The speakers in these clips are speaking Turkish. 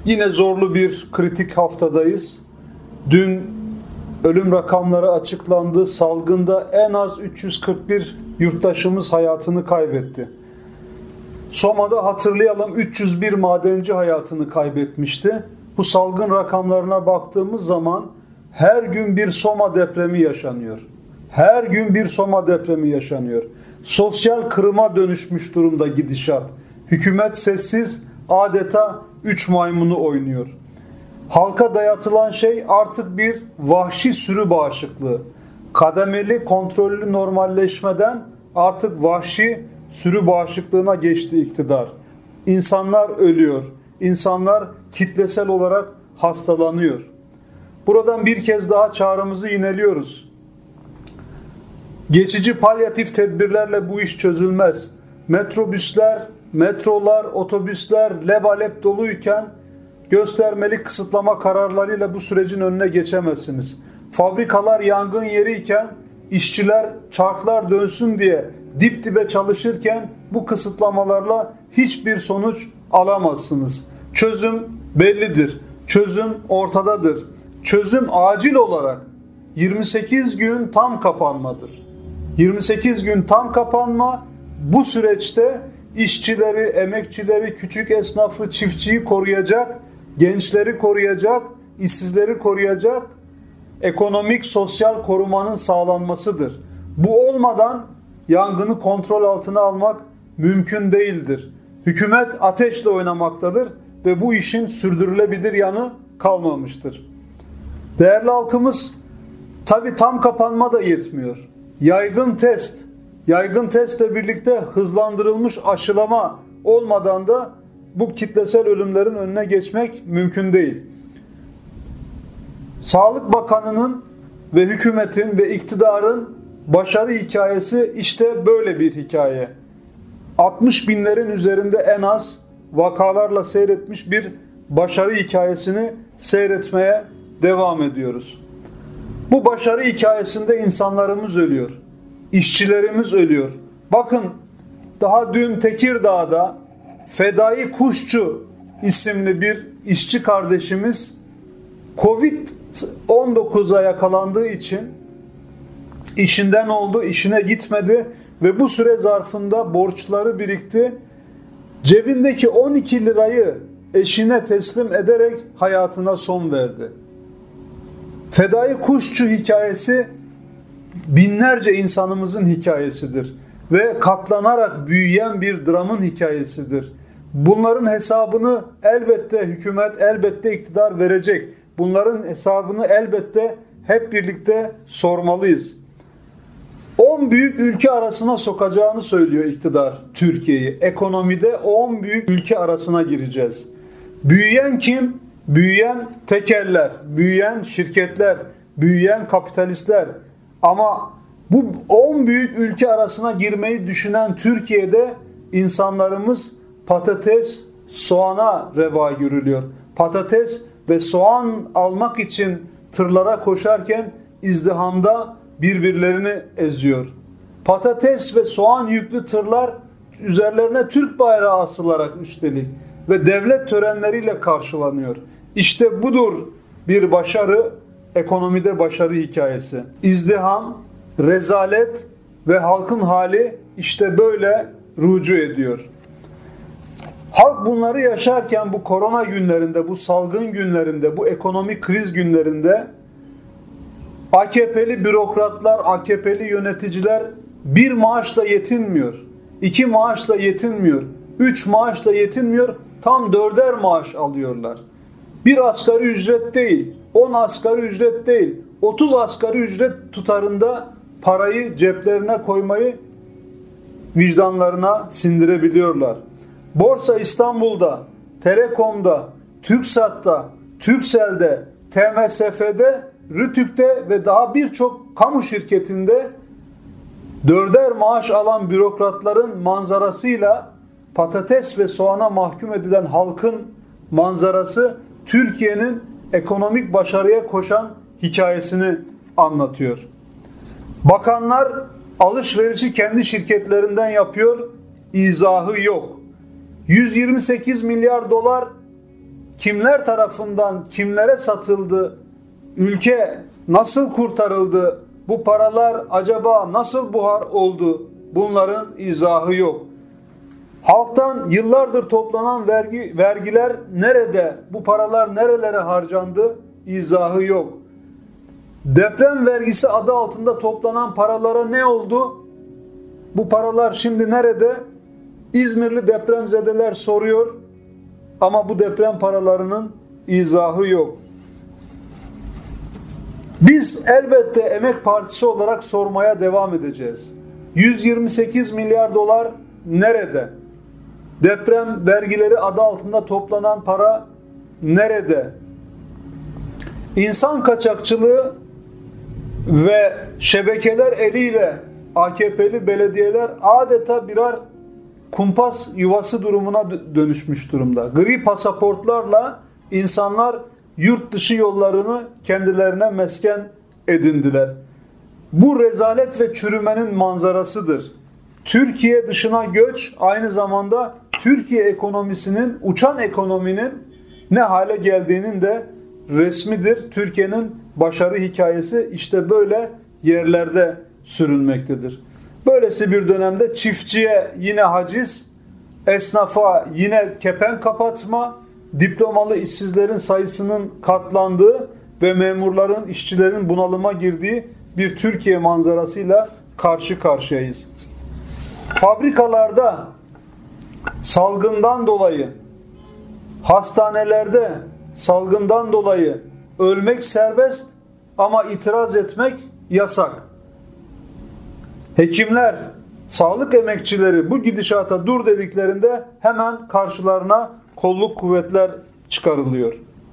Yine zorlu bir kritik haftadayız. Dün ölüm rakamları açıklandı. Salgında en az 341 yurttaşımız hayatını kaybetti. Soma'da hatırlayalım 301 madenci hayatını kaybetmişti. Bu salgın rakamlarına baktığımız zaman her gün bir Soma depremi yaşanıyor. Her gün bir Soma depremi yaşanıyor. Sosyal kırıma dönüşmüş durumda gidişat. Hükümet sessiz, adeta 3 maymunu oynuyor. Halka dayatılan şey artık bir vahşi sürü bağışıklığı. Kademeli, kontrollü normalleşmeden artık vahşi sürü bağışıklığına geçti iktidar. İnsanlar ölüyor. İnsanlar kitlesel olarak hastalanıyor. Buradan bir kez daha çağrımızı yineliyoruz. Geçici palyatif tedbirlerle bu iş çözülmez. Metrobüsler, metrolar, otobüsler lebalep doluyken göstermeli kısıtlama kararlarıyla bu sürecin önüne geçemezsiniz. Fabrikalar yangın yeriyken işçiler çarklar dönsün diye dip dibe çalışırken bu kısıtlamalarla hiçbir sonuç alamazsınız. Çözüm bellidir. Çözüm ortadadır. Çözüm acil olarak 28 gün tam kapanmadır. 28 gün tam kapanma, bu süreçte işçileri, emekçileri, küçük esnafı, çiftçiyi koruyacak, gençleri koruyacak, işsizleri koruyacak ekonomik, sosyal korumanın sağlanmasıdır. Bu olmadan yangını kontrol altına almak mümkün değildir. Hükümet ateşle oynamaktadır ve bu işin sürdürülebilir yanı kalmamıştır. Değerli halkımız, tabii tam kapanma da yetmiyor. Yaygın testle birlikte hızlandırılmış aşılama olmadan da bu kitlesel ölümlerin önüne geçmek mümkün değil. Sağlık Bakanı'nın ve hükümetin ve iktidarın başarı hikayesi işte böyle bir hikaye. 60 binlerin üzerinde en az vakalarla seyretmiş bir başarı hikayesini seyretmeye devam ediyoruz. Bu başarı hikayesinde insanlarımız ölüyor. İşçilerimiz ölüyor. Bakın, daha dün Tekirdağ'da Fedai Kuşçu isimli bir işçi kardeşimiz Covid-19'a yakalandığı için işinden oldu, işine gitmedi ve bu süre zarfında borçları birikti. Cebindeki 12 lirayı eşine teslim ederek hayatına son verdi. Fedai Kuşçu hikayesi binlerce insanımızın hikayesidir ve katlanarak büyüyen bir dramın hikayesidir. Bunların hesabını elbette hükümet, elbette iktidar verecek. Bunların hesabını elbette hep birlikte sormalıyız. 10 büyük ülke arasına sokacağını söylüyor iktidar Türkiye'yi. Ekonomide 10 büyük ülke arasına gireceğiz. Büyüyen kim? Büyüyen tekeller, büyüyen şirketler, büyüyen kapitalistler. Ama bu 10 büyük ülke arasına girmeyi düşünen Türkiye'de insanlarımız patates, soğana reva görülüyor. Patates ve soğan almak için tırlara koşarken izdihamda birbirlerini eziyor. Patates ve soğan yüklü tırlar üzerlerine Türk bayrağı asılarak üstelik ve devlet törenleriyle karşılanıyor. İşte budur bir başarı, ekonomide başarı hikayesi. İzdiham, rezalet ve halkın hali işte böyle rucu ediyor. Halk bunları yaşarken bu korona günlerinde, bu salgın günlerinde, bu ekonomik kriz günlerinde AKP'li bürokratlar, AKP'li yöneticiler bir maaşla yetinmiyor, 2 maaşla yetinmiyor, 3 maaşla yetinmiyor, tam 4'er maaş alıyorlar. Bir asgari ücret değil, 10 asgari ücret değil, 30 asgari ücret tutarında parayı ceplerine koymayı vicdanlarına sindirebiliyorlar. Borsa İstanbul'da, Telekom'da, TürkSat'ta, Turkcell'de, TMSF'de, Rütük'te ve daha birçok kamu şirketinde 4'er maaş alan bürokratların manzarasıyla patates ve soğana mahkum edilen halkın manzarası Türkiye'nin ekonomik başarıya koşan hikayesini anlatıyor. Bakanlar alışverişi kendi şirketlerinden yapıyor, izahı yok. 128 milyar dolar kimler tarafından kimlere satıldı, ülke nasıl kurtarıldı, bu paralar acaba nasıl buhar oldu, bunların izahı yok. Halktan yıllardır toplanan vergiler nerede, bu paralar nerelere harcandı, izahı yok. Deprem vergisi adı altında toplanan paralara ne oldu? Bu paralar şimdi nerede? İzmirli depremzedeler soruyor ama bu deprem paralarının izahı yok. Biz elbette Emek Partisi olarak sormaya devam edeceğiz. 128 milyar dolar nerede? Deprem vergileri adı altında toplanan para nerede? İnsan kaçakçılığı ve şebekeler eliyle AKP'li belediyeler adeta birer kumpas yuvası durumuna dönüşmüş durumda. Gri pasaportlarla insanlar yurt dışı yollarını kendilerine mesken edindiler. Bu rezalet ve çürümenin manzarasıdır. Türkiye dışına göç aynı zamanda Türkiye ekonomisinin, uçan ekonominin ne hale geldiğinin de resmidir. Türkiye'nin başarı hikayesi işte böyle yerlerde sürünmektedir. Böylesi bir dönemde çiftçiye yine haciz, esnafa yine kepenk kapatma, diplomalı işsizlerin sayısının katlandığı ve memurların, işçilerin bunalıma girdiği bir Türkiye manzarasıyla karşı karşıyayız. Fabrikalarda salgından dolayı, hastanelerde salgından dolayı ölmek serbest ama itiraz etmek yasak. Hekimler, sağlık emekçileri bu gidişata dur dediklerinde hemen karşılarına kolluk kuvvetler çıkarılıyor.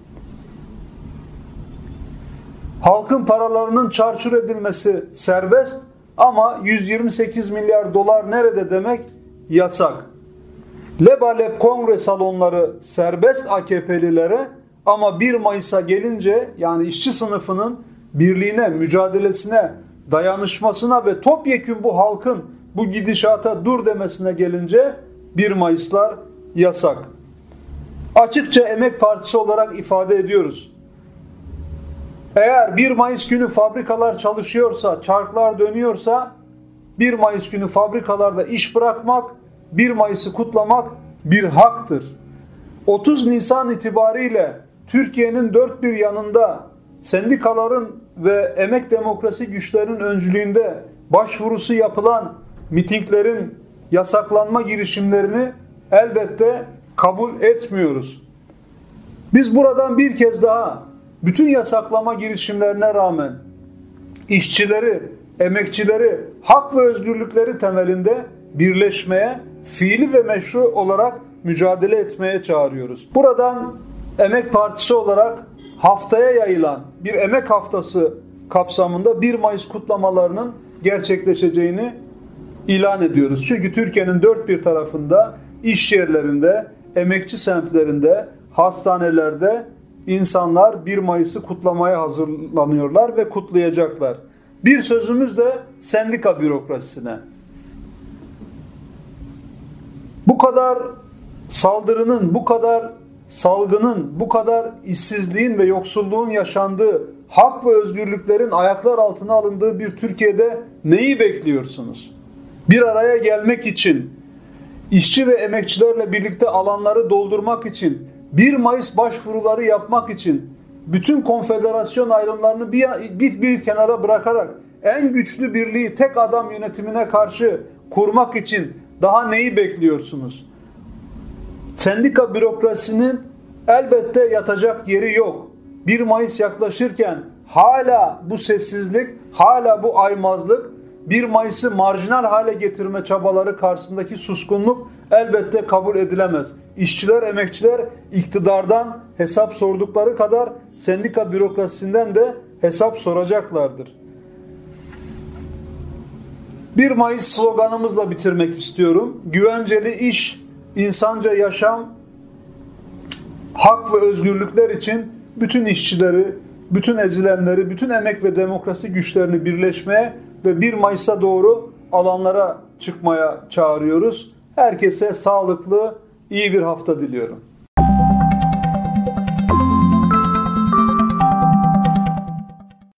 Halkın paralarının çarçur edilmesi serbest ama 128 milyar dolar nerede demek yasak. Lebalep kongre salonları serbest AKP'lilere ama 1 Mayıs'a gelince yani işçi sınıfının birliğine, mücadelesine, dayanışmasına ve topyekün bu halkın bu gidişata dur demesine gelince 1 Mayıs'lar yasak. Açıkça Emek Partisi olarak ifade ediyoruz. Eğer 1 Mayıs günü fabrikalar çalışıyorsa, çarklar dönüyorsa 1 Mayıs günü fabrikalarda iş bırakmak, 1 Mayıs'ı kutlamak bir haktır. 30 Nisan itibariyle Türkiye'nin dört bir yanında sendikaların ve emek demokrasi güçlerinin öncülüğünde başvurusu yapılan mitinglerin yasaklanma girişimlerini elbette kabul etmiyoruz. Biz buradan bir kez daha bütün yasaklama girişimlerine rağmen işçileri, emekçileri, hak ve özgürlükleri temelinde birleşmeye, fiili ve meşru olarak mücadele etmeye çağırıyoruz. Buradan Emek Partisi olarak haftaya yayılan bir emek haftası kapsamında 1 Mayıs kutlamalarının gerçekleşeceğini ilan ediyoruz. Çünkü Türkiye'nin dört bir tarafında, iş yerlerinde, emekçi semtlerinde, hastanelerde insanlar 1 Mayıs'ı kutlamaya hazırlanıyorlar ve kutlayacaklar. Bir sözümüz de sendika bürokrasisine. Bu kadar saldırının, bu kadar salgının, bu kadar işsizliğin ve yoksulluğun yaşandığı, hak ve özgürlüklerin ayaklar altına alındığı bir Türkiye'de neyi bekliyorsunuz? Bir araya gelmek için, işçi ve emekçilerle birlikte alanları doldurmak için, 1 Mayıs başvuruları yapmak için, bütün konfederasyon ayrımlarını bir kenara bırakarak en güçlü birliği tek adam yönetimine karşı kurmak için daha neyi bekliyorsunuz? Sendika bürokrasinin elbette yatacak yeri yok. 1 Mayıs yaklaşırken hala bu sessizlik, hala bu aymazlık, 1 Mayıs'ı marjinal hale getirme çabaları karşısındaki suskunluk elbette kabul edilemez. İşçiler, emekçiler iktidardan hesap sordukları kadar sendika bürokrasisinden de hesap soracaklardır. 1 Mayıs sloganımızla bitirmek istiyorum. Güvenceli iş, insanca yaşam, hak ve özgürlükler için bütün işçileri, bütün ezilenleri, bütün emek ve demokrasi güçlerini birleşmeye ve 1 Mayıs'a doğru alanlara çıkmaya çağırıyoruz. Herkese sağlıklı, iyi bir hafta diliyorum.